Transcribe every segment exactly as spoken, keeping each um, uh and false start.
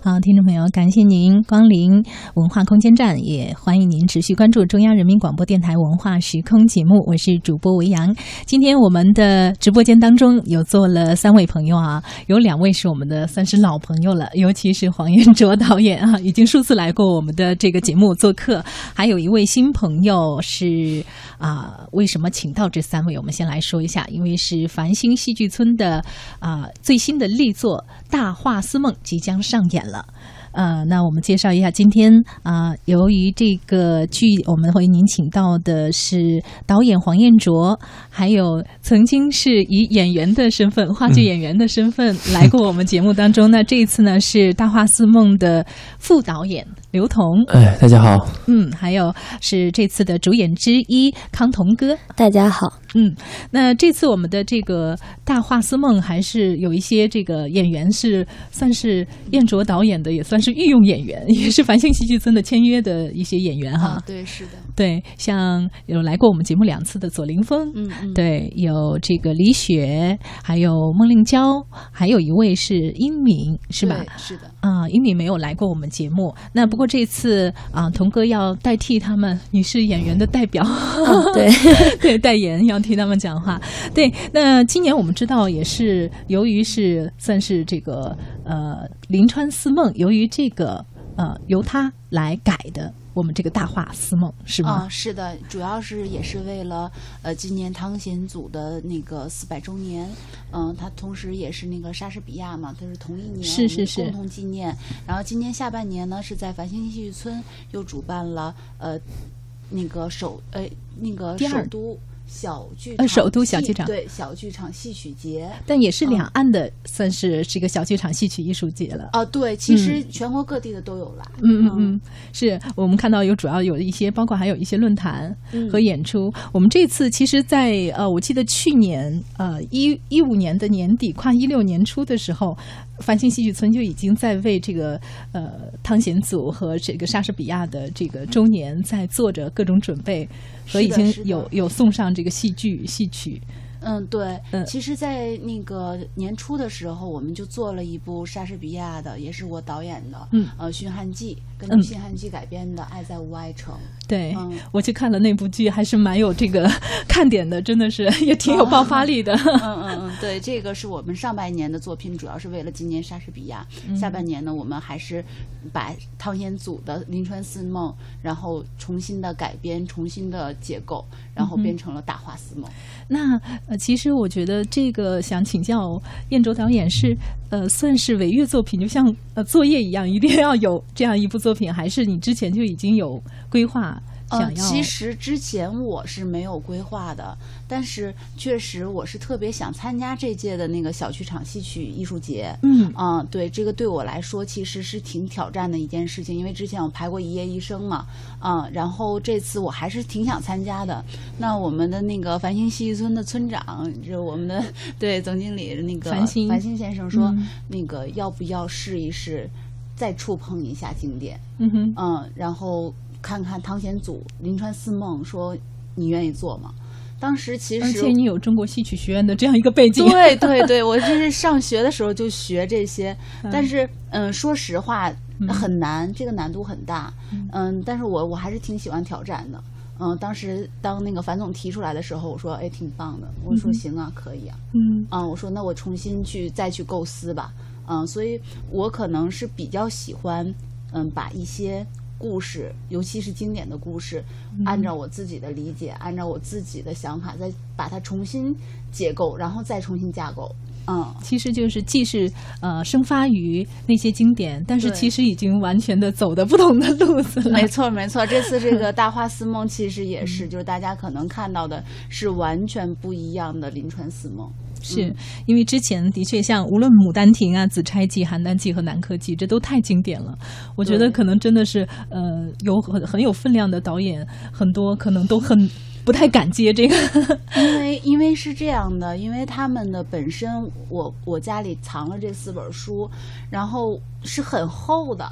好，听众朋友，感谢您光临文化空间站，也欢迎您持续关注中央人民广播电台文化时空节目，我是主播维扬。今天我们的直播间当中有坐了三位朋友啊，有两位是我们的算是老朋友了，尤其是黄彦卓导演啊，已经数次来过我们的这个节目做客，还有一位新朋友是啊，为什么请到这三位？我们先来说一下，因为是繁星戏剧村的啊最新的力作《大话思梦》即将上演了。呃，那我们介绍一下，今天啊、呃，由于这个剧，我们为您请到的是导演黄彦卓，还有曾经是以演员的身份、话剧演员的身份来过我们节目当中。嗯、那这一次呢，是《大话思梦》的副导演刘同。 哎，大家好。 嗯，还有是这次的主演之一康同哥。 大家好。 嗯，那这次我们的这个《大话思梦》还是有一些这个演员是算是彦卓导演的，也算是御用演员，也是繁星戏剧村的签约的一些演员哈。 啊、对，是的。 对，像有来过我们节目两次的左凌峰， 嗯嗯， 对，有这个李雪，还有孟令娇，还有一位是英敏，是吧？ 对，是的。 啊，英敏没有来过我们节目，那不过这次啊，童哥要代替他们，你是演员的代表， 嗯、对对，代言要替他们讲话。对，那今年我们知道也是由于是算是这个呃临川思梦，由于这个呃由他来改的。我们这个大话思梦是吗？ 啊，是的，主要是也是为了呃今年汤显祖的那个四百周年，嗯、呃，他同时也是那个莎士比亚嘛，他是同一年， 是是是， 共同纪念。然后今年下半年呢，是在繁星戏剧村又主办了呃那个首呃那个首都。小剧场、 呃、首都小剧场对小剧场戏曲节， 但也是两岸的、嗯、算是这个小剧场戏曲艺术节了啊、呃。对，其实全国各地的都有来。 嗯嗯嗯，是我们看到有主要有一些，包括还有一些论坛和演出。嗯、我们这次其实在，在呃，我记得去年呃一一五年的年底，跨一六年初的时候。繁星戏剧村就已经在为这个呃汤显祖和这个莎士比亚的这个周年在做着各种准备，和已经有有送上这个戏剧戏曲。 嗯，对， 嗯， 其实，在那个年初的时候，我们就做了一部莎士比亚的，也是我导演的， 嗯， 呃，《驯汉记》，根据《驯汉记》改编的《爱在无爱城》。 对、 嗯， 我去看了那部剧，还是蛮有这个看点的，真的是也挺有爆发力的。 嗯嗯嗯，对，这个是我们上半年的作品，主要是为了纪念莎士比亚。嗯、下半年呢，我们还是把汤显祖的《临川思梦》，然后重新的改编，重新的结构，然后变成了《大话思梦》。 嗯、那呃，其实我觉得这个想请教彦卓导演是呃，算是违约作品，就像呃作业一样，一定要有这样一部作品，还是你之前就已经有规划？想要呃，其实之前我是没有规划的，但是确实我是特别想参加这届的那个小剧场戏曲艺术节。 嗯嗯、呃，对，这个对我来说其实是挺挑战的一件事情，因为之前我排过《一夜一生》嘛，嗯、呃，然后这次我还是挺想参加的。那我们的那个繁星戏剧村的村长，就是我们的对总经理那个繁星繁星先生说、 嗯， 那个要不要试一试，再触碰一下经典？ 嗯哼， 嗯，然后。看看汤显祖《临川思梦》，说你愿意做吗？当时其实而且你有中国戏曲学院的这样一个背景， 对对对，我这是上学的时候就学这些，但是嗯，说实话很难，这个难度很大，嗯，但是我我还是挺喜欢挑战的，嗯，当时当那个樊总提出来的时候，我说哎挺棒的，我说行啊，可以啊， 嗯， 嗯，我说那我重新去再去构思吧，嗯，所以我可能是比较喜欢嗯把一些。故事，尤其是经典的故事，按照我自己的理解，按照我自己的想法，再把它重新结构，然后再重新架构。嗯， 其实就是既是呃生发于那些经典，但是其实已经完全的走的不同的路子了。 没错没错，这次这个《大话思梦》其实也是，就是大家可能看到的是完全不一样的临川思梦。 是因为之前的确像无论《牡丹亭》啊、《紫钗记》、《邯郸记》和《南柯记》，这都太经典了。我觉得可能真的是呃有很很有分量的导演，很多可能都很不太敢接这个。 因为因为是这样的，因为他们的本身，我我家里藏了这四本书，然后是很厚的。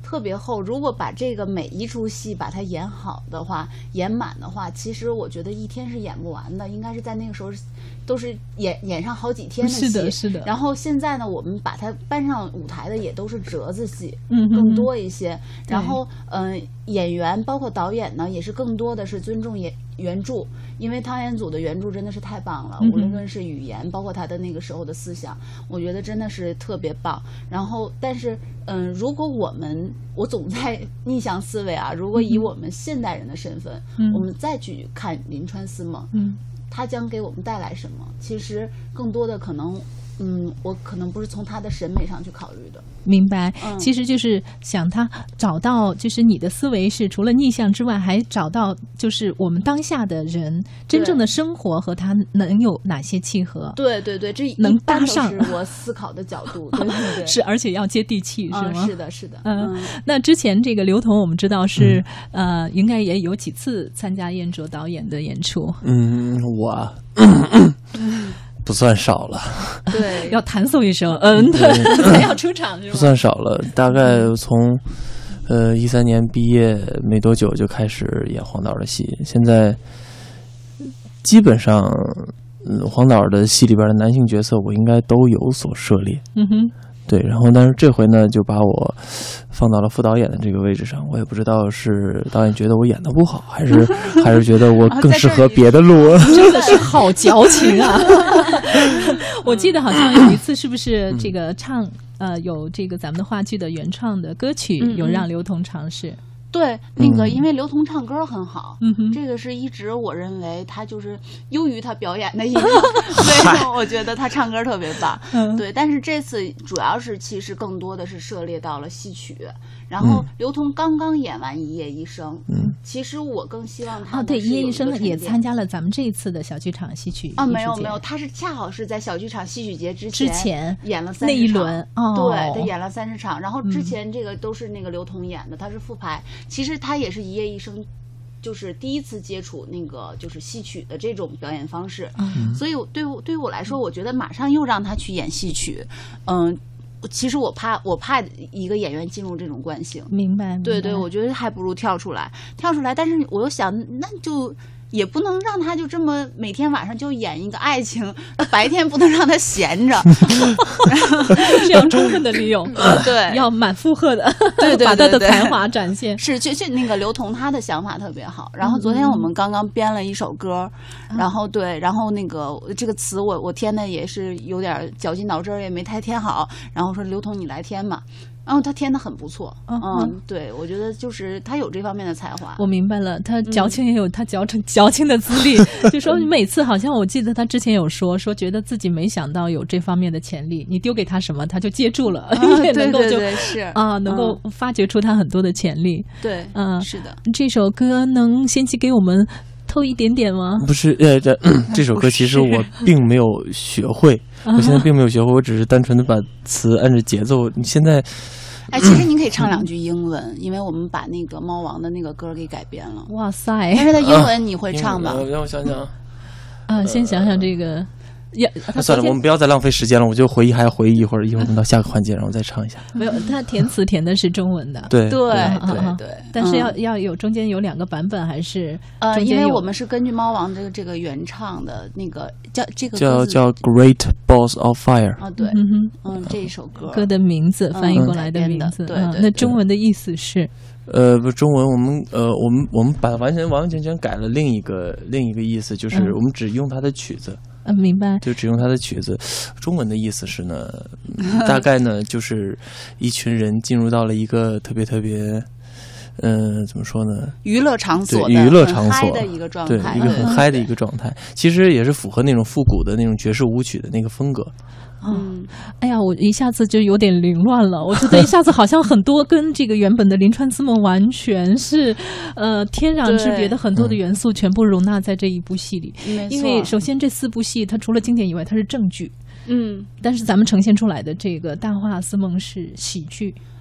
特别厚。如果把这个每一出戏把它演好的话，演满的话，其实我觉得一天是演不完的，应该是在那个时候都是演演上好几天的戏。 是的，是的。 然后现在呢，我们把它搬上舞台的也都是折子戏， 嗯， 更多一些。然后，嗯、呃，演员包括导演呢，也是更多的是尊重原原著，因为汤显祖的原著真的是太棒了， 嗯、 无论是语言，包括他的那个时候的思想，我觉得真的是特别棒。然后，但是，嗯、呃，如果我们我总在逆向思维啊，如果以我们现代人的身份， 嗯、 我们再去看临川思梦， 嗯， 他将给我们带来什么？其实更多的可能。嗯，我可能不是从他的审美上去考虑的。 明白， 嗯、 其实就是想他找到，就是你的思维是除了逆向之外，还找到就是我们当下的人真正的生活和他能有哪些契合。 对对对，这能搭上是我思考的角度。对对对， 是，而且要接地气，是吗？ 嗯、是的，是的。 嗯，嗯那之前这个刘同，我们知道是、嗯、呃，应该也有几次参加燕卓导演的演出。 嗯，我。不算少了， 对， 要弹奏一声，嗯，对，才要出场是吧？ 不算少了，大概从呃一三年毕业没多久就开始演黄导的戏，现在基本上，嗯，黄导的戏里边的男性角色我应该都有所涉猎， 嗯哼， 对，然后但是这回呢就把我放到了副导演的这个位置上，我也不知道是导演觉得我演得不好，还是还是觉得我更适合别的路。 真的是好矫情啊！我记得好像有一次，是不是这个唱、嗯、呃有这个咱们的话剧的原创的歌曲， 嗯嗯有让刘同尝试？ 对，那个因为刘同唱歌很好， 嗯哼， 这个是一直我认为他就是优于他表演的一个，所以我觉得他唱歌特别棒。 嗯， 对，但是这次主要是其实更多的是涉猎到了戏曲，然后刘同刚刚演完《一夜一生》， 嗯， 其实我更希望他哦，对，《一夜一生》也参加了了咱们这一次的小剧场戏曲啊，没有没有，他是恰好是在小剧场戏曲节之前之前演了三那一轮，哦， 对，他演了三十场，然后之前这个都是那个刘同演的，他是复排，其实他也是。一夜一生，就是第一次接触那个就是戏曲的这种表演方式， 嗯、 所以对我对于我来说，我觉得马上又让他去演戏曲，嗯，其实我怕我怕一个演员进入这种惯性， 明白？ 对对，我觉得还不如跳出来，跳出来，但是我又想，那就。也不能让他就这么每天晚上就演一个爱情，白天不能让他闲着， 这样充分的利用， 对， 要满负荷的， 对对对对， 把他的才华展现。 是，就就那个刘同他的想法特别好。然后昨天我们刚刚编了一首歌，嗯、然后对，然后那个这个词我我填的也是有点绞尽脑汁儿，也没太填好。然后说刘同你来填嘛。然后他填的很不错，嗯，嗯对，我觉得就是他有这方面的才华。 我明白了，他矫情也有他矫情、嗯、矫情的资历。就说每次好像我记得他之前有说说觉得自己没想到有这方面的潜力，你丢给他什么他就接住了， 啊、 也能够就对对对是啊，能够发掘出他很多的潜力。 对， 嗯， 是的。 这首歌能先期给我们透一点点吗？ 不是，呃，这这首歌其实我并没有学会，我现在并没有学会，我只是单纯的把词按着节奏。你现在。 哎，其实您可以唱两句英文，因为我们把那个猫王的那个歌给改编了。 哇塞！ 但是它英文你会唱吧？ 啊、让我想想。 啊，先想想这个。呀， 那算了，我们不要再浪费时间了。我就回忆，还要回忆一会儿，一会儿我们到下个环节，然后再唱一下。 没有，他填词填的是中文的。 对对对对， 但是要、嗯、要有中间有两个版本，还是呃，因为我们是根据猫王这个这个原唱的那个叫这个叫叫 Great Balls of Fire 啊，对， 嗯嗯，这一首歌歌的名字翻译过来的名字， 嗯、对, 对, 对, 对、 嗯，那中文的意思是。 呃，不，中文我们呃，我们我们把完全完完全全改了另一个另一个意思，就是我们只用它的曲子。 嗯，明白。 就只用它的曲子。中文的意思是呢，大概呢就是一群人进入到了一个特别特别，呃，怎么说呢？ 娱乐场所对，娱乐场所的一个状态，对，一个很嗨的一个状态。其实也是符合那种复古的那种爵士舞曲的那个风格。 嗯，哎呀，我一下子就有点凌乱了。我觉得一下子好像很多跟这个原本的临川思梦完全是，呃，天壤之别的很多的元素全部容纳在这一部戏里。因为首先这四部戏它除了经典以外，它是正剧。 嗯， 但是咱们呈现出来的这个《大话思梦》是喜剧。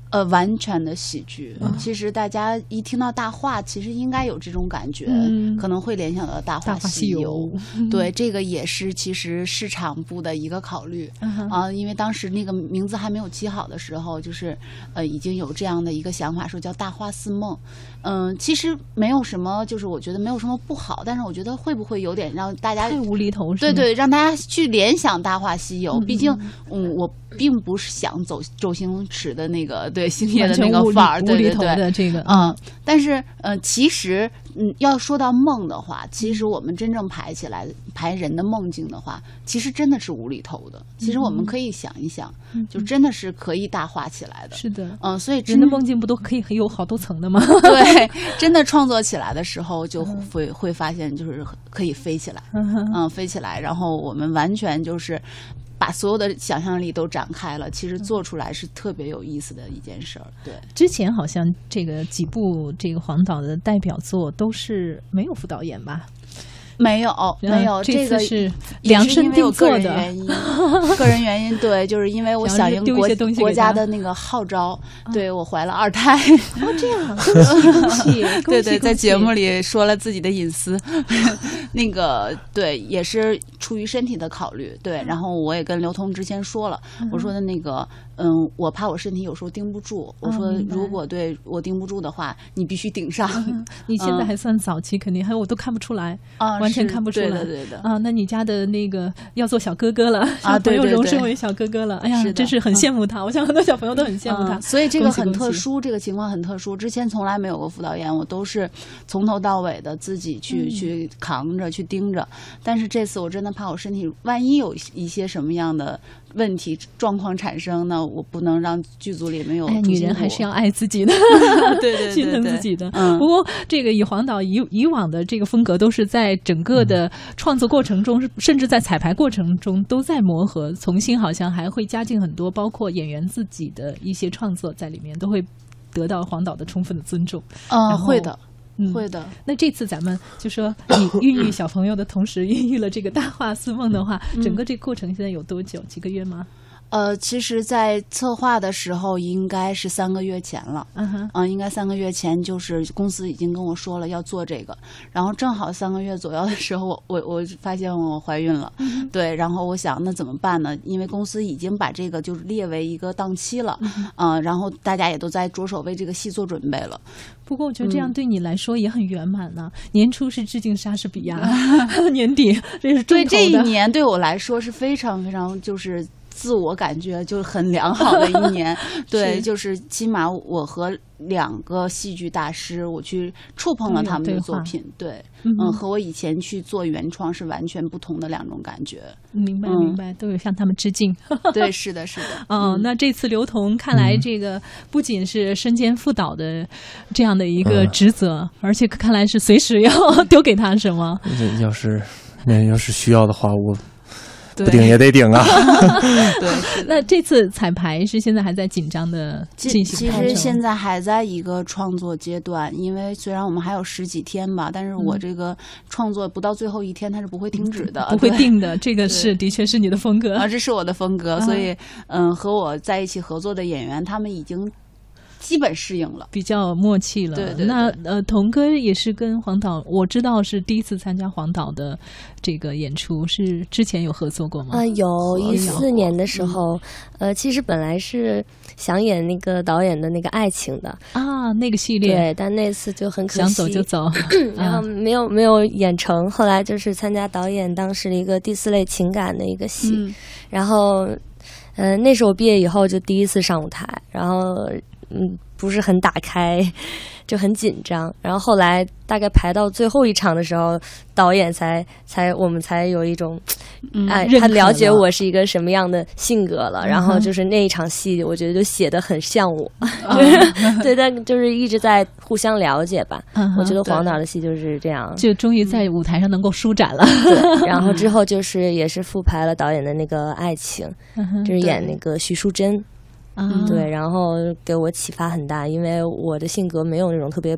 呃，完全的喜剧。嗯、其实大家一听到大话，其实应该有这种感觉，嗯、可能会联想到《大话西游》。 嗯、 对，这个也是其实市场部的一个考虑啊、嗯呃，因为当时那个名字还没有起好的时候，就是呃已经有这样的一个想法，说叫《大话似梦》。嗯、呃，其实没有什么，就是我觉得没有什么不好，但是我觉得会不会有点让大家太无厘头？ 对对，让大家去联想《大话西游》。嗯、毕竟，嗯，我并不是想走周星驰的那个。对星爷的那个范儿，对对对， 这个嗯，但是呃，其实嗯，要说到梦的话，其实我们真正排起来排人的梦境的话，其实真的是无厘头的。其实我们可以想一想，嗯、就真的是可以大画起来的。 是的， 嗯，所以人的梦境不都可以有好多层的吗？ 对，真的创作起来的时候，就会会发现就是可以飞起来，嗯，飞起来，然后我们完全就是把所有的想象力都展开了，其实做出来是特别有意思的一件事儿。对， 之前好像这个几部这个黄导的代表作都是没有副导演吧？ 没有，没有， 这个是量身定做的。 个人原因，个人原因，对，就是因为我响应国国家的那个号召，对我怀了二胎。 哦，这样，恭喜恭喜！ 对对，在节目里说了自己的隐私，那个对，也是出于身体的考虑，对。然后我也跟刘同之前说了，我说的那个，嗯，我怕我身体有时候盯不住，我说如果对我盯不住的话，你必须顶上。 你现在还算早期，肯定还有我都看不出来啊。完全看不出来， 对的对的啊！那你家的那个要做小哥哥了啊， 对对对， 荣升为小哥哥了，哎呀，真是很羡慕他。我想很多小朋友都很羡慕他， 所以这个很特殊，这个情况很特殊。之前从来没有过副导演，我都是从头到尾的自己去去扛着去盯着。但是这次我真的怕我身体万一有一些什么样的问题状况产生呢，我不能让剧组里没有。 哎，女人还是要爱自己的， 对对对， 心疼自己的。嗯，不过这个以黄导以以往的这个风格，都是在整个的创作过程中，甚至在彩排过程中都在磨合，重新好像还会加进很多，包括演员自己的一些创作在里面，都会得到黄导的充分的尊重。 嗯，会的。 嗯， 会的。 那这次咱们就说你孕育小朋友的同时，孕育了这个大话似梦的话，整个这个过程现在有多久？几个月吗？ 呃，其实，在策划的时候应该是三个月前了。嗯哼，嗯，应该三个月前，就是公司已经跟我说了要做这个，然后正好三个月左右的时候，我我我发现我怀孕了。嗯、对，然后我想那怎么办呢？因为公司已经把这个就是列为一个档期了，嗯、呃，然后大家也都在着手为这个戏做准备了。 不过我觉得这样对你来说也很圆满呢、啊嗯。年初是致敬莎士比亚，年底这是对这一年对我来说是非常非常就是自我感觉就很良好的一年。对，是就是起码我和两个戏剧大师，我去触碰了他们的作品，对，嗯，嗯和我以前去做原创是完全不同的两种感觉。 明白，明白，嗯、都有向他们致敬。 对，是的，是的。 哦、嗯，那这次刘同看来这个不仅是身兼副导的这样的一个职责，嗯、而且看来是随时要丢给他什么。 要是那要是需要的话，我。不顶也得顶啊！ 对，是的。 那这次彩排是现在还在紧张的进行其实现在还在一个创作阶段，因为虽然我们还有十几天吧，但是我这个创作不到最后一天它是不会停止的， 不会定的。这个是的确是你的风格啊，这是我的风格，所以嗯，和我在一起合作的演员他们已经基本适应了， 比较默契了。 对对对。 那呃，童哥也是跟黄导，我知道是第一次参加黄导的这个演出，是之前有合作过吗？ 啊、呃，有一四年的时候，嗯、呃，其实本来是想演那个导演的那个爱情的啊，那个系列。 对，但那次就很可惜， 想走就走， 然后没有没有演成。后来就是参加导演当时的一个第四类情感的一个戏，嗯、然后，呃，那时候我毕业以后就第一次上舞台，然后。嗯，不是很打开，就很紧张。然后后来大概排到最后一场的时候，导演才才我们才有一种，哎、嗯，他了解我是一个什么样的性格了。嗯、然后就是那一场戏，我觉得就写得很像我，嗯、就是对，但就是一直在互相了解吧。嗯、我觉得黄导的戏就是这样， 就终于在舞台上能够舒展了。 对，然后之后就是也是复排了导演的那个爱情，嗯、就是演那个徐淑珍。嗯，对，然后给我启发很大，因为我的性格没有那种特别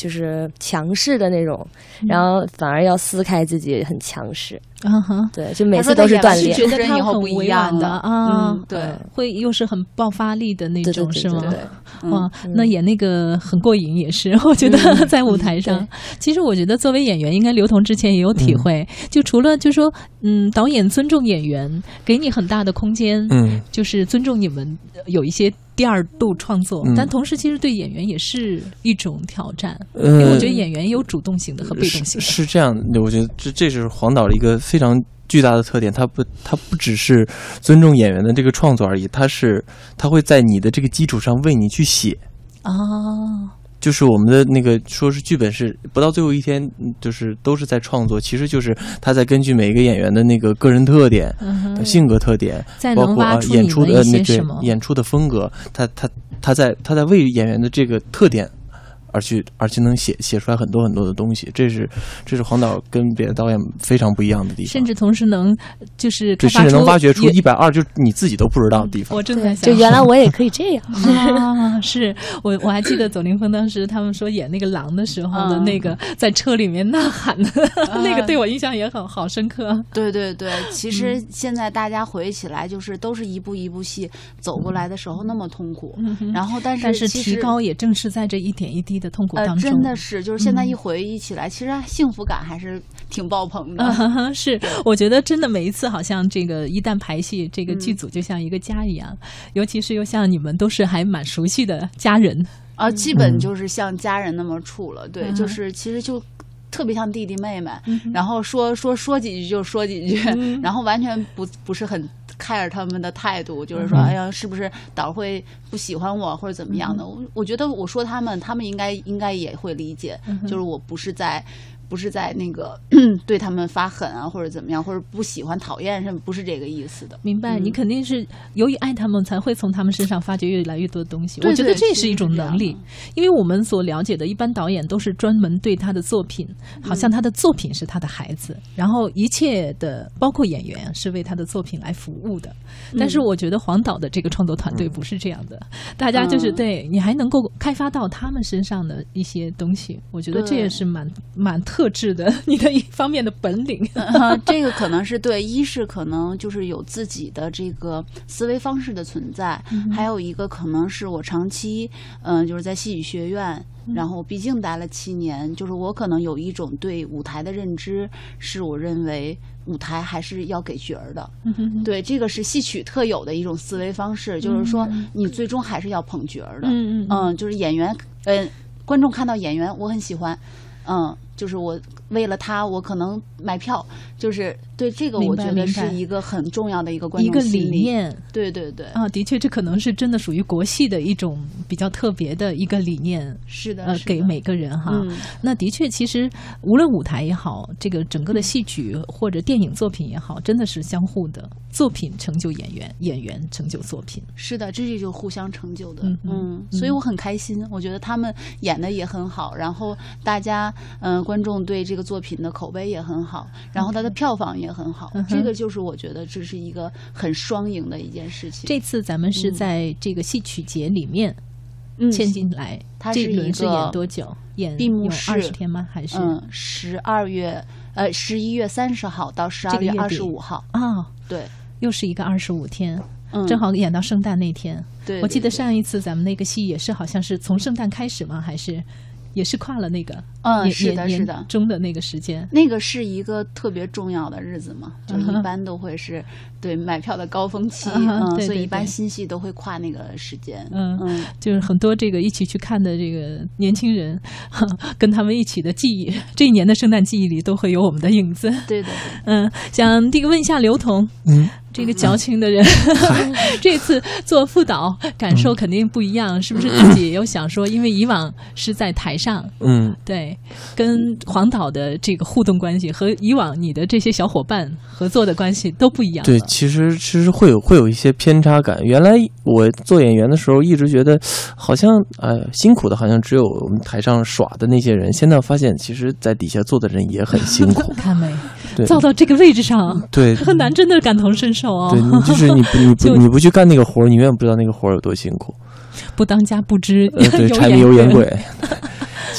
就是强势的那种，然后反而要撕开自己，很强势。 啊哈， 对，就每次都是锻炼。 觉得他很委婉的啊， 嗯，对， 会又是很爆发力的那种，是吗？ 对对对对， 哇，那演那个很过瘾，也是我觉得在舞台上。其实我觉得作为演员，应该刘同之前也有体会，就除了就说，嗯，导演尊重演员，给你很大的空间，嗯，就是尊重你们有一些第二度创作，但同时其实对演员也是一种挑战。因为我觉得演员有主动性的和被动性的。 是这样的，我觉得这这是黄导的一个非常巨大的特点，他不他不只是尊重演员的这个创作而已，他是他会在你的这个基础上为你去写啊。 就是我们的那个说是剧本是不到最后一天，就是都是在创作，其实就是他在根据每一个演员的那个个人特点、嗯、性格特点，包括啊演出的那对演出的风格，他他他在他在为演员的这个特点。而去而去能写写出来很多很多的东西，这是这是黄导跟别的导演非常不一样的地方， 甚至同时能就是开发出甚至能发掘出一百二就你自己都不知道的地方。 我正在想， 就原来我也可以这样啊！是我我还记得左凌峰当时他们说演那个狼的时候的那个在车里面呐喊的、嗯、那个，对我印象也很好深刻。 对对对，其实现在大家回忆起来，就是都是一步一步戏走过来的时候那么痛苦，嗯、然后但是但是提高也正是在这一点一滴的痛苦当中， 呃、真的是就是现在一回忆起来、嗯、其实幸福感还是挺爆棚的、 嗯、是我觉得真的每一次好像这个一旦排戏，这个剧组就像一个家一样、嗯、尤其是又像你们都是还蛮熟悉的家人啊，基本就是像家人那么处了、嗯、对，就是其实就特别像弟弟妹妹、嗯、然后说说说几句就说几句、嗯、然后完全不不是很care他们的态度，就是说、嗯、哎呀是不是导会不喜欢我或者怎么样的、嗯、我我觉得我说他们他们应该应该也会理解、嗯、就是我不是在不是在那个对他们发狠啊或者怎么样，或者不喜欢讨厌，什么不是这个意思的。 明白、嗯、你肯定是由于爱他们才会从他们身上发掘越来越多的东西。 对对， 我觉得这是一种能力，因为我们所了解的一般导演都是专门对他的作品、嗯、好像他的作品是他的孩子、嗯、然后一切的包括演员是为他的作品来服务的、嗯、但是我觉得黄导的这个创作团队不是这样的、嗯、大家就是对你还能够开发到他们身上的一些东西，我觉得这也是蛮蛮特质的，你的一方面的本领、 呃、这个可能是对，一是可能就是有自己的这个思维方式的存在、嗯、还有一个可能是我长期嗯、呃，就是在戏曲学院、嗯、然后毕竟待了七年，就是我可能有一种对舞台的认知，是我认为舞台还是要给角儿的、嗯、对，这个是戏曲特有的一种思维方式、嗯、就是说你最终还是要捧角儿的，嗯嗯嗯，就是演员嗯、呃，观众看到演员我很喜欢，嗯，就是我为了他我可能买票，就是对这个我觉得是一个很重要的一个观众心理， 一个理念。 对对对啊，的确这可能是真的属于国戏的一种比较特别的一个理念， 是的， 呃， 是的给每个人哈、嗯、那的确其实无论舞台也好，这个整个的戏曲或者电影作品也好，真的是相互的，作品成就演员，演员成就作品， 是的，这就互相成就的。嗯嗯，所以我很开心，我觉得他们演的也很好，然后大家嗯、呃、观众对这个作品的口碑也很好，然后它的票房也很好、嗯、这个就是我觉得这是一个很双赢的一件事情。 这次咱们是在这个戏曲节里面嵌进来、嗯、 它是一个这轮是演多久？演闭幕式二十天吗？还是嗯十二月呃十一月三十号到十二月二十五号啊、哦？ 对， 又是一个二十五天。嗯，正好演到圣诞那天。 对， 对， 对， 我记得上一次咱们那个戏也是好像是从圣诞开始吗？还是也是跨了那个嗯是的是的中的那个时间， 那个是一个特别重要的日子嘛，就一般都会是对买票的高峰期，嗯， 对对对， 所以一般新戏都会跨那个时间。 嗯嗯，就是很多这个一起去看的这个年轻人，跟他们一起的记忆，这一年的圣诞记忆里都会有我们的影子。 对的， 嗯，想这个问一下刘同， 嗯。 这个矫情的人，嗯、这次做副导感受肯定不一样，嗯、是不是自己也有想说？因为以往是在台上， 嗯， 对，跟黄导的这个互动关系和以往你的这些小伙伴合作的关系都不一样。 对，其实其实会有会有一些偏差感。原来我做演员的时候，一直觉得好像哎、呃、辛苦的，好像只有我们台上耍的那些人。现在发现，其实在底下做的人也很辛苦。 看没？ 对， 造到这个位置上， 对， 很难真的感同身受哦。 对，你就是你不你不你不去干那个活，你永远不知道那个活有多辛苦。 不当家不知、 呃、对，柴米油盐贵。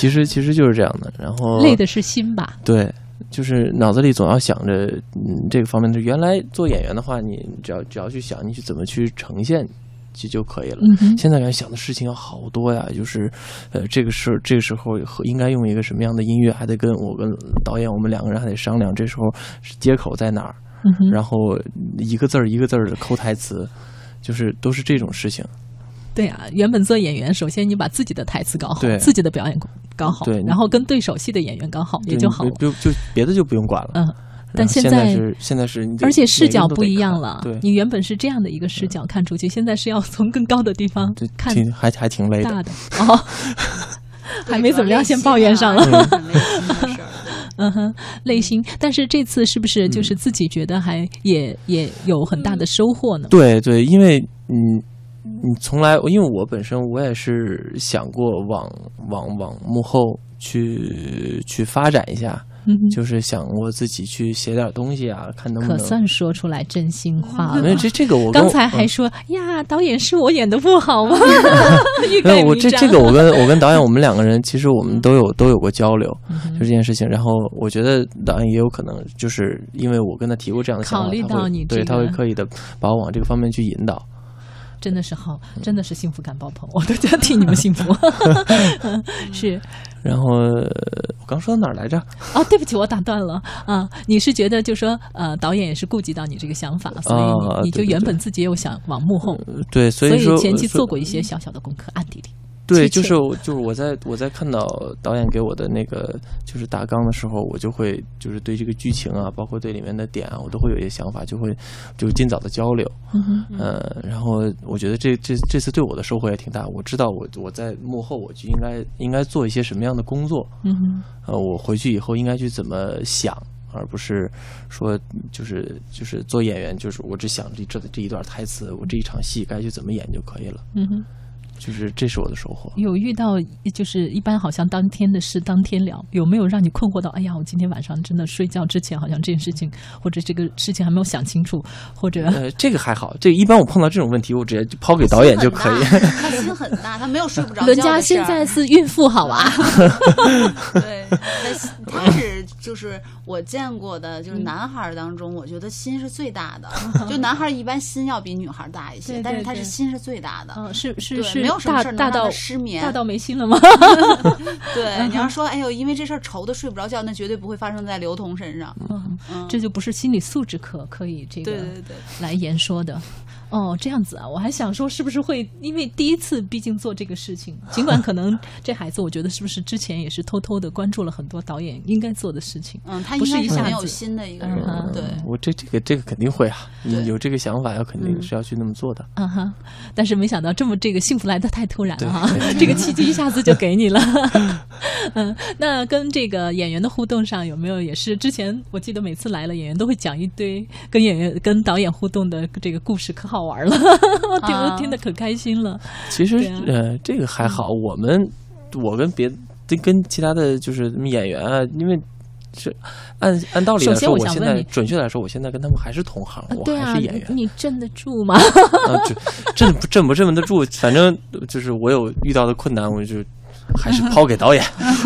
其实其实就是这样的。然后累的是心吧？ 对，就是脑子里总要想着嗯这个方面的。原来做演员的话，你只要只要去想你去怎么去呈现。就就可以了。 嗯、 现在感觉想的事情要好多呀，就是，呃，这个时这个时候应该用一个什么样的音乐，还得跟我跟导演我们两个人还得商量，这时候接口在哪儿， 嗯、 然后一个字儿一个字儿的抠台词，就是都是这种事情。 对啊，原本做演员，首先你把自己的台词搞好， 对自己的表演搞好， 对， 然后跟对手戏的演员搞好也就好了， 就就别的就不用管了。 嗯。但现在是现在是， 而且视角不一样了。 对， 你原本是这样的一个视角看出去，现在是要从更高的地方看， 还还挺累的。 大的哦，还没怎么样，先抱怨上了。嗯哼，累心。但是这次是不是就是自己觉得还也、嗯、也有很大的收获呢？ 对对，因为嗯，你从来因为我本身我也是想过往往往幕后去去发展一下。 嗯、 就是想我自己去写点东西啊，看能不能可算说出来真心话了。 没有这这个我刚才还说、嗯、呀，导演是我演的不好吗？ 没有我这这个我跟我跟导演我们两个人其实我们都有都有过交流，嗯、就这件事情。然后我觉得导演也有可能就是因为我跟他提过这样的想法， 考虑到你、这个、 对他会刻意的把我往这个方面去引导。 真的是好，真的是幸福感爆棚，我都觉得替你们幸福。是， 然后我刚说到哪儿来着？ 哦，对不起，我打断了啊！你是觉得就说呃，导演也是顾及到你这个想法，所以你、啊、你就原本自己又想往幕后， 嗯、对，所以说所以前期做过一些小小的功课，暗地里。 对，就是就是我在我在看到导演给我的那个就是大纲的时候，我就会就是对这个剧情啊，包括对里面的点啊，我都会有一些想法，就会就是尽早的交流。 嗯呃，然后我觉得这这这次对我的收获也挺大。我知道我我在幕后我就应该应该做一些什么样的工作。 嗯呃，我回去以后应该去怎么想，而不是说就是就是做演员，就是我只想这这这一段台词，我这一场戏该去怎么演就可以了。 嗯哼。 就是这是我的收获。 有遇到就是一般好像当天的事当天聊，有没有让你困惑到哎呀我今天晚上真的睡觉之前好像这件事情或者这个事情还没有想清楚，或者呃这个还好，这个一般我碰到这种问题我直接抛给导演就可以。 他心很大，他没有睡不着觉的事。 人家现在是孕妇好吧？ 对，他是就是我见过的就是男孩当中，我觉得心是最大的。就男孩一般心要比女孩大一些， 对对对， 但是他是心是最大的。 嗯，是是是。 没有什么事能让他失眠， 大到没心了吗？ 对，你要说哎呦，因为这事儿愁的睡不着觉，那绝对不会发生在刘同身上。 嗯，嗯这就不是心理素质课可以这个对对对来言说的。哦，这样子啊，我还想说是不是会因为第一次毕竟做这个事情，尽管可能这孩子我觉得是不是之前也是偷偷的关注了很多导演应该做的事情。 嗯，他应该是很有心的一个人。嗯、对， 我这这个这个肯定会啊，你有这个想法要肯定是要去那么做的。 嗯哈，但是没想到这么这个幸福来的太突然了哈，这个契机一下子就给你了。嗯，那跟这个演员的互动上有没有也是之前我记得每次来了演员都会讲一堆跟演员跟导演互动的这个故事，可好玩了。我听我听得可开心了。 其实、啊、呃，这个还好，我们我跟别跟其他的就是演员啊，因为是按按道理来说， 我现在准确来说，我现在跟他们还是同行， 啊、 我还是演员。 你, 你镇得住吗？ 啊，镇镇不镇得住？反正就是我有遇到的困难，我就。还是抛给导演。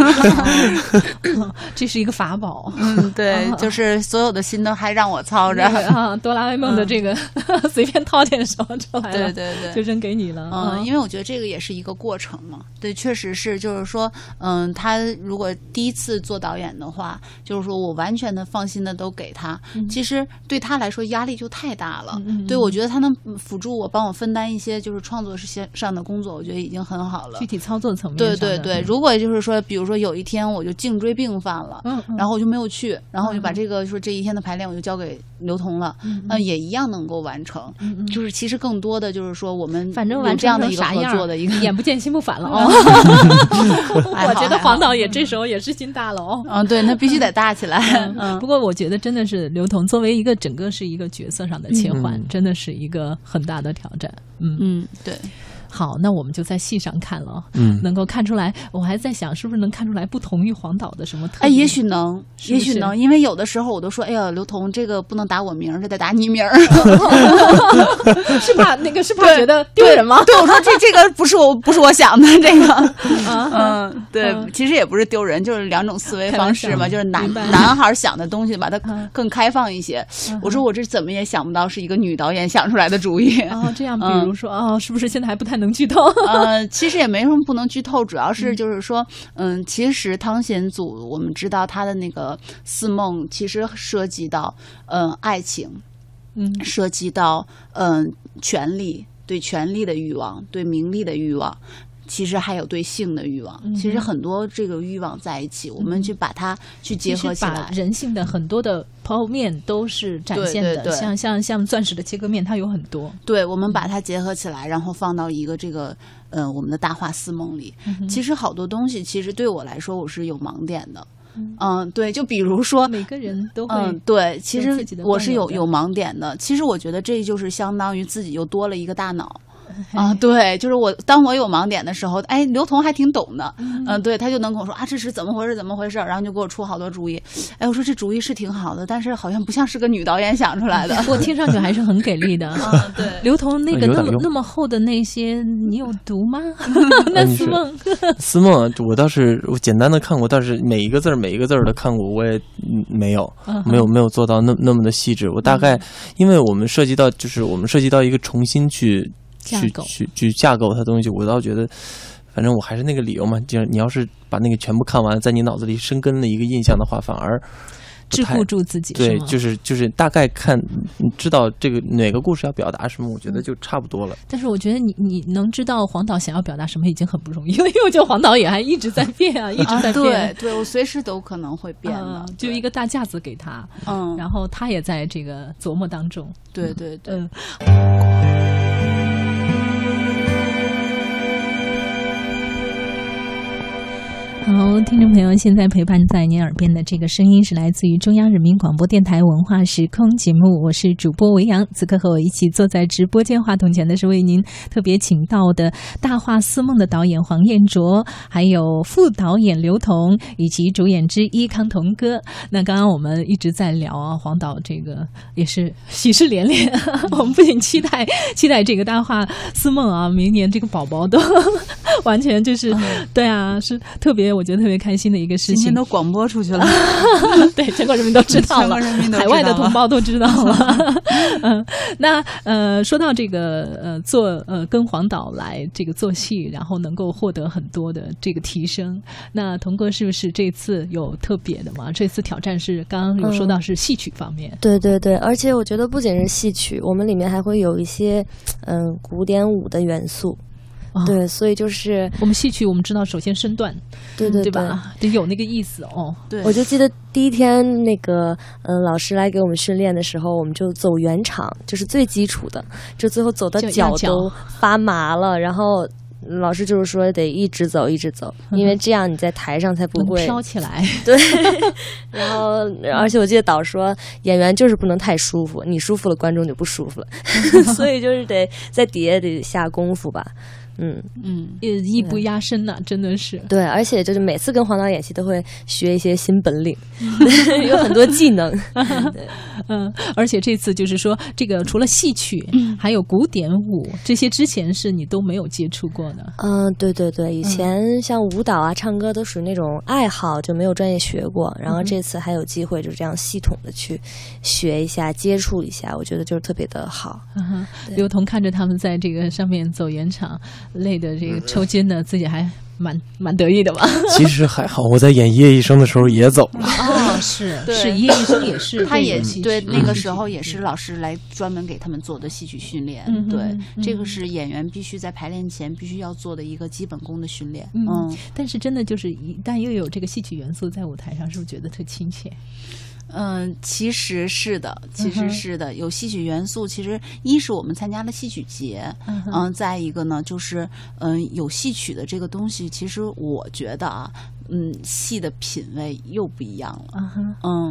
这是一个法宝。 嗯，对，就是所有的心都还让我操着。 啊，哆啦 A 梦的这个、嗯、随便掏点什么出来了， 对对对， 就扔给你了。 嗯，因为我觉得这个也是一个过程嘛。对，确实是，就是说，嗯，他如果第一次做导演的话，就是说我完全的放心的都给他，嗯、其实对他来说压力就太大了。嗯、对，我觉得他能辅助我，帮我分担一些就是创作上的工作，我觉得已经很好了。 具体操作层面， 对对对，如果就是说，比如说有一天我就颈椎病犯了，嗯嗯、然后我就没有去，然后我就把这个说这一天的排练我就交给刘同了，嗯嗯呃、也一样能够完成。嗯嗯就是其实更多的就是说我们反正完这样的一个合作的一个眼不见心不烦了哦。我觉得黄导也这时候也是心大了哦。 嗯，对，那必须得大起来。 嗯，不过我觉得真的是刘同作为一个整个是一个角色上的切换，嗯、真的是一个很大的挑战。嗯嗯，对。 好，那我们就在戏上看了， 嗯， 能够看出来。我还在想，是不是能看出来不同于黄导的什么特哎， 点？ 也许能， 是不是也许能，因为有的时候我都说，哎呀，刘同这个不能打我名儿，这得打你名儿， 是怕那个是怕觉得丢人吗？ 对，我说这这个不是我不是我想的这个， 啊嗯，对， 嗯其实也不是丢人，就是两种思维方式嘛， 开玩笑就是男明白男孩想的东西把它嗯更开放一些。我说我这怎么也想不到是一个女导演想出来的主意。 哦，这样，比嗯如说，哦，是不是现在还不太能剧透？ 呃，其实也没什么不能剧透，主要是就是说，嗯，其实汤显祖我们知道他的那个四梦，其实涉及到嗯、呃、爱情， 嗯涉及到嗯、呃、权力，对权力的欲望，对名利的欲望。其实还有对性的欲望， 嗯、 其实很多这个欲望在一起，我们去把它去结合起来， 把人性的很多的剖面都是展现的， 对对对像像像钻石的切割面，它有很多。 对，我们把它结合起来，然后放到一个这个呃我们的大话四梦里。 嗯、 其实好多东西，其实对我来说我是有盲点的。嗯, 嗯，对，就比如说每个人都会， 嗯，对，其实我是有有有盲点的。其实我觉得这就是相当于自己又多了一个大脑。啊，对，就是我，当我有盲点的时候，哎，刘同还挺懂的，嗯、呃，对，他就能跟我说啊，这是怎么回事，怎么回事，然后就给我出好多主意。哎，我说这主意是挺好的，但是好像不像是个女导演想出来的。 我听上去还是很给力的。 啊，对， 刘同那个那么那么厚的那些，你有读吗？那思梦， 思梦，我倒是我简单的看过，但是每一个字儿每一个字儿的看过，我也没有， 嗯、 没有没有做到那那么的细致。我大概，嗯、因为我们涉及到，就是我们涉及到一个重新去。去去去架构它东西，我倒觉得，反正我还是那个理由嘛，就是你要是把那个全部看完，在你脑子里生根了一个印象的话，反而桎梏住自己。 对，就是就是大概看，知道这个哪个故事要表达什么，我觉得就差不多了。 但是我觉得你你能知道黄导想要表达什么已经很不容易了，因为我觉得黄导也还一直在变啊，一直在变。 啊、对对，我随时都可能会变的、 呃，就一个大架子给他， 嗯， 然后他也在这个琢磨当中。 对对对。 嗯好，听众朋友，现在陪伴在您耳边的这个声音是来自于中央人民广播电台文化时空节目，我是主播维扬。此刻和我一起坐在直播间话筒前的是为您特别请到的《大话思梦》的导演黄彦卓，还有副导演刘同，以及主演之一康同哥。那刚刚我们一直在聊啊，黄导这个也是喜事连连，我们不仅期待期待这个《大话思梦》啊，明年这个宝宝都完全就是、嗯、对啊，是特别。我觉得特别开心的一个事情， 今天都广播出去了， 对，全国人民都知道了， 全国人民都知道了， 海外的同胞都知道了。嗯，那呃，说到这个呃，做呃跟黄导来这个做戏，然后能够获得很多的这个提升，那童哥是不是这次有特别的嘛？这次挑战是刚刚有说到是戏曲方面， 嗯、对对对，而且我觉得不仅是戏曲，我们里面还会有一些嗯、呃、古典舞的元素。对，所以就是我们戏曲，我们知道首先身段， 对对对， 对吧？得有那个意思哦。 对， 我就记得第一天那个嗯、呃、老师来给我们训练的时候，我们就走圆场，就是最基础的，就最后走的脚都发麻了，然后老师就是说得一直走一直走，因为这样你在台上才不会飘起来。 对，然后而且我记得导说演员就是不能太舒服，你舒服了观众就不舒服了，所以就是得在底下得下功夫吧。嗯嗯，艺不压身呐、啊，真的是。 对，而且就是每次跟黄导演戏都会学一些新本领，有很多技能。对， 嗯，而且这次就是说，这个除了戏曲，嗯、还有古典舞，这些之前是你都没有接触过的。 嗯，对对对，以前像舞蹈啊、唱歌都属于那种爱好，就没有专业学过。然后这次还有机会就这样系统的去学一下、接触一下，我觉得就是特别的好。 嗯、刘同看着他们在这个上面走圆场。累的这个抽筋的，自己还蛮蛮得意的吧？ 其实还好，我在演一夜一生的时候也走了。 哦，是是，一夜一生也是， 他也对那个时候也是老师来专门给他们做的戏曲训练。 嗯、 对、 嗯， 这个是演员必须在排练前必须要做的一个基本功的训练。 嗯，嗯但是真的就是一旦又有这个戏曲元素在舞台上，是不是觉得特亲切？ 嗯，其实是的，其实是的，有戏曲元素。其实一是我们参加了戏曲节，嗯、呃，再一个呢，就是嗯、呃，有戏曲的这个东西，其实我觉得啊，嗯，戏的品味又不一样了。 嗯嗯，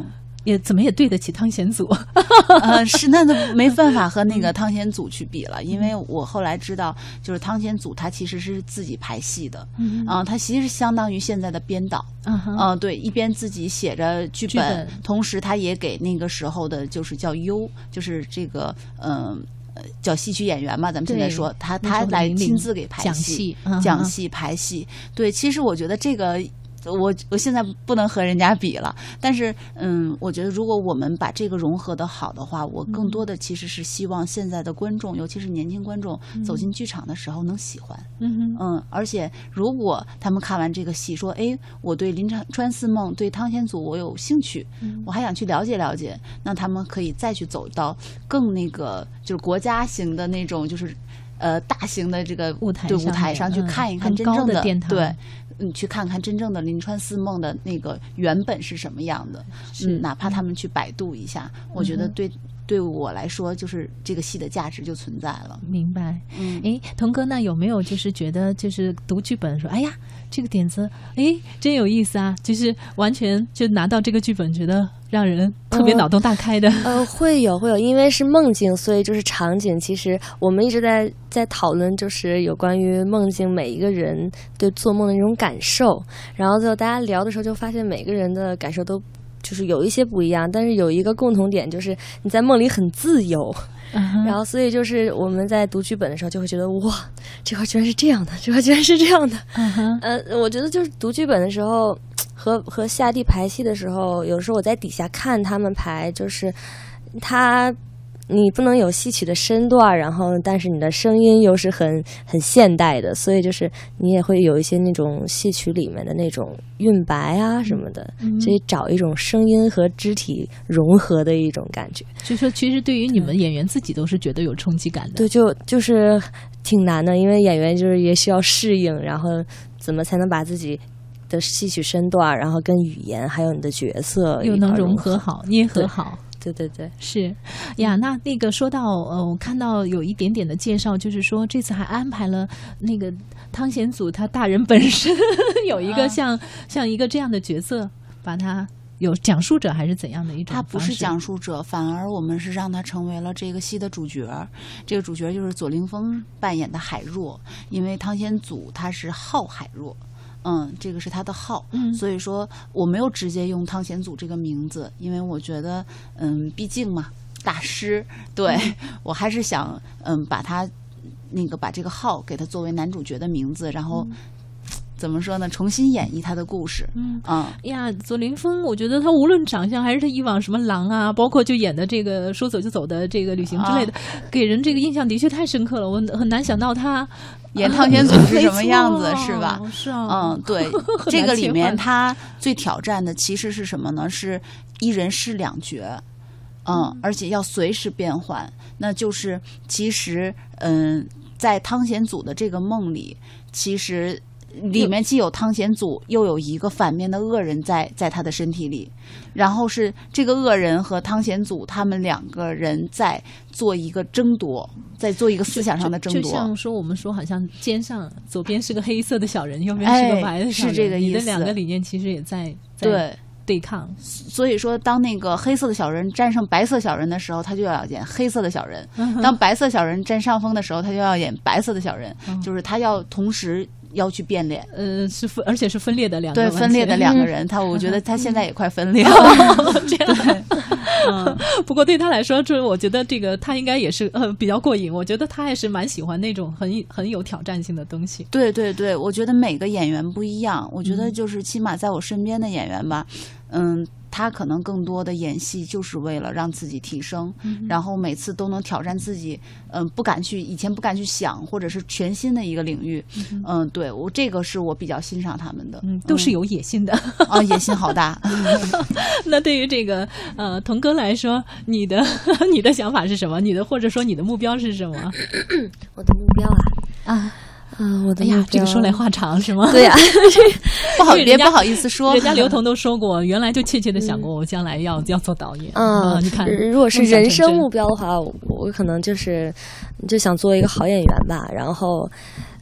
也怎么也对得起汤显祖。 呃，是那没办法和那个汤显祖去比了，因为我后来知道，就是汤显祖他其实是自己排戏的，嗯、呃，他其实相当于现在的编导，嗯、呃，对，一边自己写着剧本，剧本同时他也给那个时候的就是叫优，就是这个嗯。呃叫戏曲演员嘛，咱们现在说他他来亲自给排戏、 讲戏、嗯、 讲戏、排戏。对，其实我觉得这个。我我现在不能和人家比了，但是嗯，我觉得如果我们把这个融合的好的话，我更多的其实是希望现在的观众，嗯、尤其是年轻观众走进剧场的时候能喜欢，嗯嗯，而且如果他们看完这个戏说，哎，我对临川四梦、对汤显祖我有兴趣，嗯、我还想去了解了解，那他们可以再去走到更那个就是国家型的那种就是。呃，大型的这个舞台对舞台上去看一看真正的， 的殿堂对，嗯，去看看真正的临川四梦的那个原本是什么样的，嗯，哪怕他们去百度一下，嗯、我觉得对。对我来说，就是这个戏的价值就存在了。 明白。嗯，哎，童哥，那有没有就是觉得就是读剧本说，哎呀，这个点子，哎，真有意思啊！就是完全就拿到这个剧本，觉得让人特别脑洞大开的。 呃，呃会有会有，因为是梦境，所以就是场景。其实我们一直在在讨论，就是有关于梦境每一个人对做梦的那种感受。然后最后大家聊的时候，就发现每个人的感受都。就是有一些不一样，但是有一个共同点，就是你在梦里很自由。Uh-huh. 然后所以就是我们在读剧本的时候就会觉得哇，这块居然是这样的，这块居然是这样的。Uh-huh. 呃，我觉得就是读剧本的时候和和下地排戏的时候，有时候我在底下看他们排，就是他。你不能有戏曲的身段，然后但是你的声音又是很很现代的，所以就是你也会有一些那种戏曲里面的那种韵白啊什么的，嗯、所以找一种声音和肢体融合的一种感觉。 就说其实对于你们演员自己都是觉得有冲击感的。 对，就就是挺难的，因为演员就是也需要适应，然后怎么才能把自己的戏曲身段，然后跟语言还有你的角色又能融合好、捏合好。 对对对， 是呀。那那个说到呃，我看到有一点点的介绍，就是说这次还安排了那个汤显祖他大人本身有一个像、啊、像一个这样的角色，把他有讲述者还是怎样的一种方式？ 他不是讲述者，反而我们是让他成为了这个戏的主角。这个主角就是左凌峰扮演的海若，因为汤显祖他是号海若。嗯，这个是他的号，嗯，所以说我没有直接用汤显祖这个名字，因为我觉得，嗯，毕竟嘛，大师，对、嗯、我还是想，嗯，把他那个把这个号给他作为男主角的名字，然后。嗯怎么说呢？重新演绎他的故事。嗯啊呀，左凌峰，我觉得他无论长相还是他以往什么狼啊，包括就演的这个说走就走的这个旅行之类的，啊、给人这个印象的确太深刻了。我很难想到他演汤显祖是什么样子，是吧？ 是啊， 嗯，对，这个里面他最挑战的其实是什么呢？是一人饰两角。嗯，而且要随时变换。那就是其实，嗯，在汤显祖的这个梦里，其实。里面既有汤显祖，又有一个反面的恶人在在他的身体里，然后是这个恶人和汤显祖他们两个人在做一个争夺，在做一个思想上的争夺。 就, 就, 就像说我们说，好像肩上左边是个黑色的小人，右边是个白的小人， 哎、是这个意思。 你的两个理念其实也在在对对抗。 所以说，当那个黑色的小人战胜白色小人的时候，他就要演黑色的小人； 嗯、 当白色小人占上风的时候，他就要演白色的小人。嗯、就是他要同时。要去变脸， 呃，是分，而且是分裂的两个， 对，分裂的两个人。他，我觉得他现在也快分裂了。 这样，嗯，不过对他来说，这我觉得这个他应该也是呃比较过瘾。我觉得他还是蛮喜欢那种很很有挑战性的东西。 对对对，我觉得每个演员不一样。我觉得就是起码在我身边的演员吧，嗯。他可能更多的演戏就是为了让自己提升，嗯、然后每次都能挑战自己，嗯、呃，不敢去以前不敢去想，或者是全新的一个领域，嗯、呃，对我这个是我比较欣赏他们的， 嗯，都是有野心的啊、嗯，野心好大。 那对于这个呃童哥来说，你的你的想法是什么？你的或者说你的目标是什么？ 我的目标啊啊。 嗯，我的呀，这个说来话长是吗？ 对呀、啊， 不好别不好意思说， 人家刘同都说过，原来就切切的想过，我将来要、嗯、要做导演。 嗯， 啊、你看， 如果是人生目标的话，我可能就是就想做一个好演员吧。然后，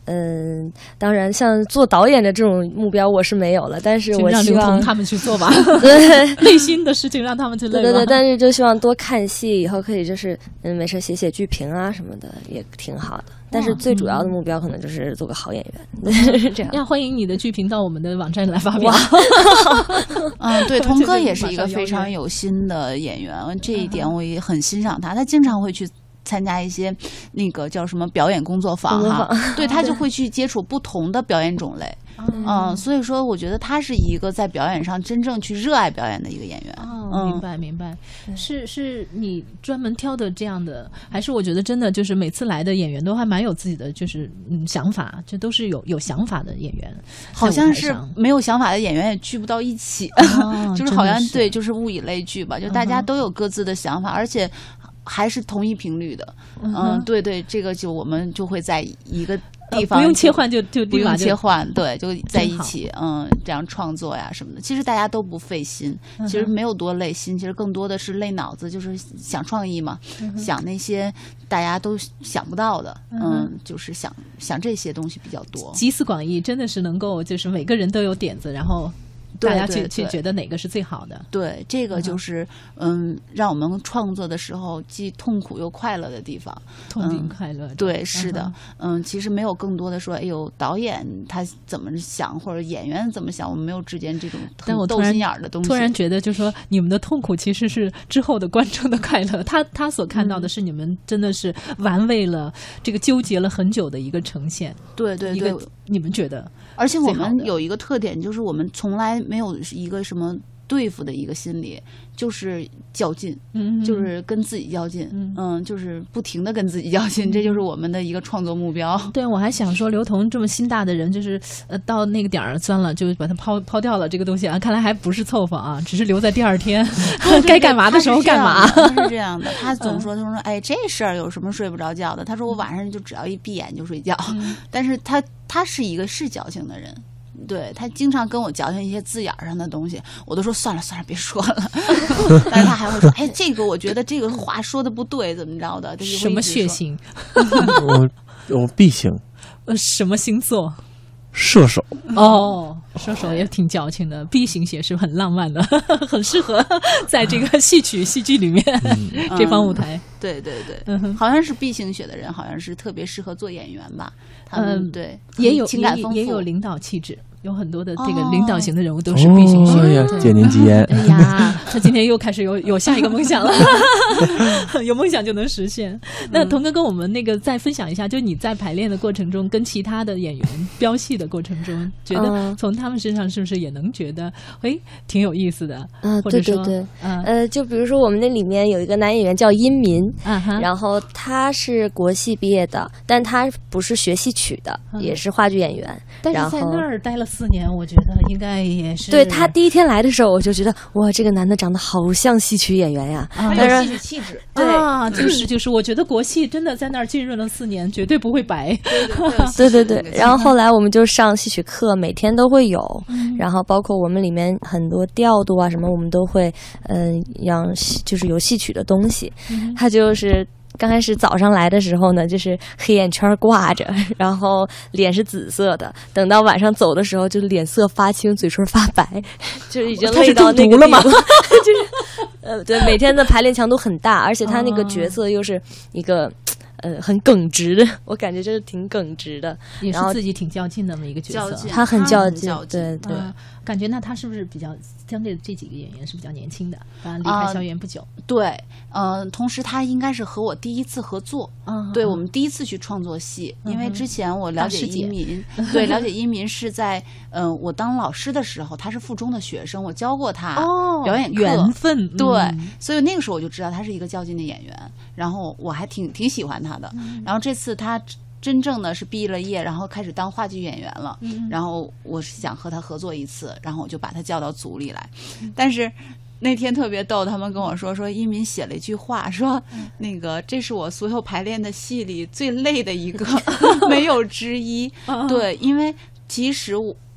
嗯，当然，像做导演的这种目标我是没有了，但是我让刘希望同他们去做吧， 对， 内心的事情让他们去累吧。 对对对，但是就希望多看戏，以后可以就是嗯，没事写写剧评啊什么的，也挺好的。但是最主要的目标可能就是做个好演员，是这样。 要欢迎你的剧评到我们的网站来发表。 嗯，对，童哥也是一个非常有心的演员，这一点我也很欣赏他。他经常会去参加一些那个叫什么表演工作坊哈，对，他就会去接触不同的表演种类。嗯，所以说我觉得他是一个在表演上真正去热爱表演的一个演员。 哦，明白明白，是是你专门挑的这样的，还是我觉得真的就是每次来的演员都还蛮有自己的就是嗯想法，这都是有有想法的演员。 好像是没有想法的演员也聚不到一起， 哦、 就是好像是对，就是物以类聚吧，就大家都有各自的想法，嗯、而且还是同一频率的。嗯，嗯对对，这个就我们就会在一个地方、 呃、不用切换就就不用切换，对，就在一起，嗯，这样创作呀什么的。其实大家都不费心，其实没有多累心，其实更多的是累脑子，就是想创意嘛，嗯、想那些大家都想不到的，嗯，嗯就是想想这些东西比较多。 集思广益，真的是能够就是每个人都有点子，然后。大家去去觉得哪个是最好的？ 对，这个就是嗯，让我们创作的时候既痛苦又快乐的地方。 痛并快乐、嗯。 对，是的，嗯，其实没有更多的说，哎呦，导演他怎么想，或者演员怎么想，我们没有之间这种很斗心眼儿的东西。 突然觉得，就是说你们的痛苦其实是之后的观众的快乐。他他所看到的是你们真的是玩味了、嗯、这个纠结了很久的一个呈现。 对对对， 你们觉得？ 而且我们有一个特点，就是我们从来没有一个什么对付的一个心理，就是较劲，嗯，就是跟自己较劲，嗯, 嗯，就是不停的跟自己较劲，嗯、这就是我们的一个创作目标。 对，我还想说，刘同这么心大的人，就是呃，到那个点儿钻了，就把它抛抛掉了这个东西啊，看来还不是凑合啊，只是留在第二天该干嘛的时候干嘛。 他是这样的，他总说，他说，哎，这事儿有什么睡不着觉的？他说我晚上就只要一闭眼就睡觉，嗯、但是他他是一个是矫情的人。对，他经常跟我矫情一些字眼上的东西，我都说算了算了别说了但是他还会说，哎，这个我觉得这个话说的不对，怎么着的。 什么血型？ 我我 B 型。 呃，什么星座？ 射手。 哦，射手也挺矫情的。B 型血是很浪漫的，很适合在这个戏曲戏剧里面、嗯、这方舞台、 嗯、对对对、嗯、好像是 B 型血的人好像是特别适合做演员吧。他们、嗯、对也有情感丰富， 也有领导气质，有很多的这个领导型的人物都是 B 型血。 哎呀，借您吉言。 哎呀，他今天又开始有有下一个梦想了，有梦想就能实现。那童哥跟我们那个再分享一下，就你在排练的过程中，跟其他的演员飙戏的过程中，觉得从他们身上是不是也能觉得，哎，挺有意思的？ 嗯、呃， 或者说对对对， 嗯、 呃，就比如说我们那里面有一个男演员叫殷民， 啊、 然后他是国戏毕业的，但他不是学戏曲的，嗯、也是话剧演员。 但是在那儿待了四年，我觉得应该也是。 对，他第一天来的时候，我就觉得哇，这个男的长得好像戏曲演员呀， 很有戏曲气质。 对啊，就是就是，我觉得国戏真的在那儿浸润了四年，绝对不会白。 对对对。然后后来我们就上戏曲课，每天都会有，嗯、然后包括我们里面很多调度啊什么，我们都会嗯、呃、让就是有戏曲的东西。嗯、他就是刚开始早上来的时候呢，就是黑眼圈挂着，然后脸是紫色的。等到晚上走的时候，就是脸色发青，嘴唇发白，就是已经累到那个了吗？ 就是呃，对，每天的排练强度很大，而且他那个角色又是一个。呃，很耿直的，我感觉就是挺耿直的， 也是自己挺较劲的那么一个角色。 他很较劲， 对对、 呃。感觉那他是不是比较相对这几个演员是比较年轻的？刚离开校园不久。呃、 对，嗯、呃，同时他应该是和我第一次合作，嗯，对我们第一次去创作戏，嗯、因为之前我了解殷民，对，了解殷民是在嗯、呃，我当老师的时候，他是附中的学生，我教过他表演课， 哦、缘分， 对，嗯、所以那个时候我就知道他是一个较劲的演员，然后我还挺挺喜欢他的。嗯、然后这次他真正的是毕了业，然后开始当话剧演员了。嗯、然后我是想和他合作一次，然后我就把他叫到组里来。嗯、但是那天特别逗，他们跟我说说殷民写了一句话，说、嗯、那个这是我所有排练的戏里最累的一个，没有之一。对，因为其实我。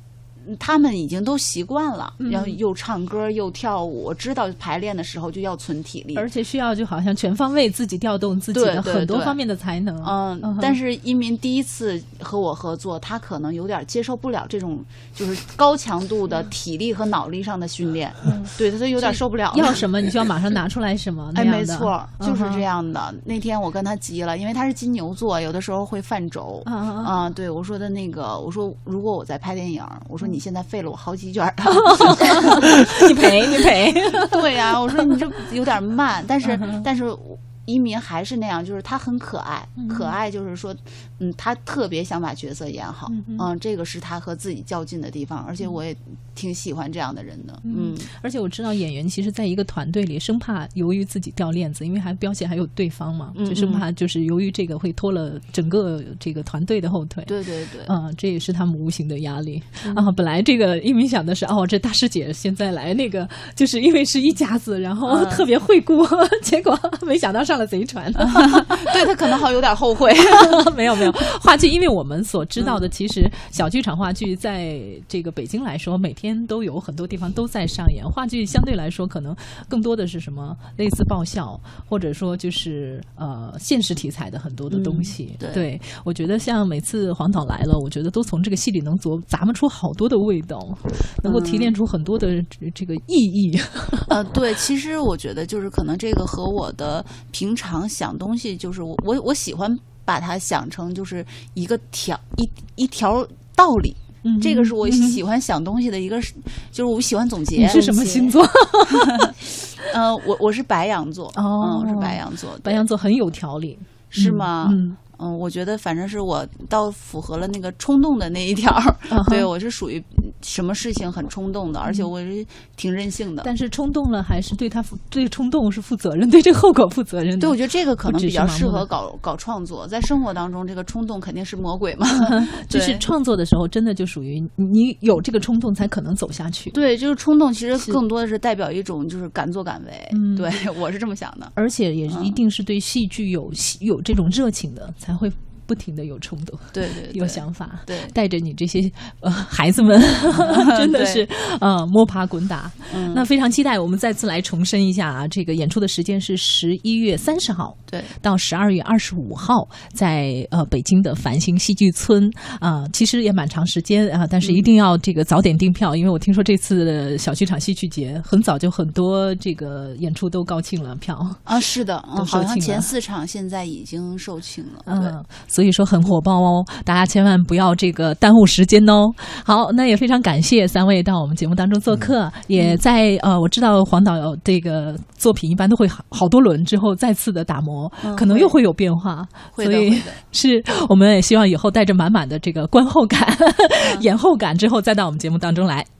他们已经都习惯了， 嗯、 然后又唱歌又跳舞，我知道排练的时候就要存体力， 而且需要就好像全方位自己调动自己的很多方面的才能。 嗯，嗯但是一鸣第一次和我合作，他可能有点接受不了这种就是高强度的体力和脑力上的训练，嗯、对，他就有点受不了了。 要什么你就要马上拿出来什么， 哎，没错，就是这样的。嗯、那天我跟他急了，因为他是金牛座，有的时候会犯轴。啊、嗯嗯，对，我说的那个，我说如果我在拍电影，我说你现在费了我好几卷啊， 你赔你赔。 对呀、啊，我说你这有点慢，但是、嗯、但是。一鸣还是那样，就是他很可爱，嗯、可爱就是说，嗯，他特别想把角色演好，嗯, 嗯，这个是他和自己较劲的地方，而且我也挺喜欢这样的人的，嗯，嗯而且我知道演员其实在一个团队里，生怕由于自己掉链子，因为还标写还有对方嘛，嗯、就生怕就是由于这个会拖了整个这个团队的后腿， 对对对， 嗯，这也是他们无形的压力、嗯、啊。本来这个一鸣想的是，哦，这大师姐现在来那个，就是因为是一家子，然后特别会顾，嗯、结果没想到上了贼船， 对他可能好有点后悔。 没有没有，话剧因为我们所知道的，其实小剧场话剧在这个北京来说，每天都有很多地方都在上演。话剧相对来说，可能更多的是什么类似爆笑，或者说就是呃现实题材的很多的东西。 嗯、对, 对，我觉得像每次黄导来了，我觉得都从这个戏里能琢咂摸出好多的味道，能够提炼出很多的这个意义。 呃，对，其实我觉得就是可能这个和我的平常想东西，就是我我我喜欢把它想成就是一个条一一条道理。嗯，这个是我喜欢想东西的一个，嗯、就是我喜欢总结。 你是什么星座？ 呃，我我是白羊座。 哦， 嗯，我是白羊座。 白羊座很有条理， 是吗？ 嗯。 嗯，我觉得反正是我倒符合了那个冲动的那一条。Uh-huh. 对，我是属于什么事情很冲动的，而且我是挺任性的。 但是冲动了，还是对他负对冲动是负责任，对这个后果负责任的。 对，我觉得这个可能比较适合搞搞创作，在生活当中，这个冲动肯定是魔鬼嘛。 就是创作的时候，真的就属于你有这个冲动才可能走下去。 对，就是冲动，其实更多的是代表一种就是敢作敢为。嗯，对，我是这么想的。 而且也一定是对戏剧有有这种热情的。才会不停的有冲动， 对 对, 对， 有想法， 对， 带着你这些呃孩子们，真的是呃摸爬滚打。嗯，那非常期待我们再次来重申一下啊，这个演出的时间是十一月三十号， 对， 到十二月二十五号，在呃北京的繁星戏剧村啊、呃，其实也蛮长时间啊、呃，但是一定要这个早点订票，因为我听说这次的小剧场戏剧节很早就很多这个演出都告罄了票啊，是的，嗯，好像前四场现在已经售罄了， 嗯。所以说很火爆哦，大家千万不要这个耽误时间哦。好，那也非常感谢三位到我们节目当中做客，嗯、也在呃，我知道黄导这个作品一般都会好好多轮之后再次的打磨，嗯、可能又会有变化， 会所以是我们也希望以后带着满满的这个观后感、嗯、演后感之后再到我们节目当中来。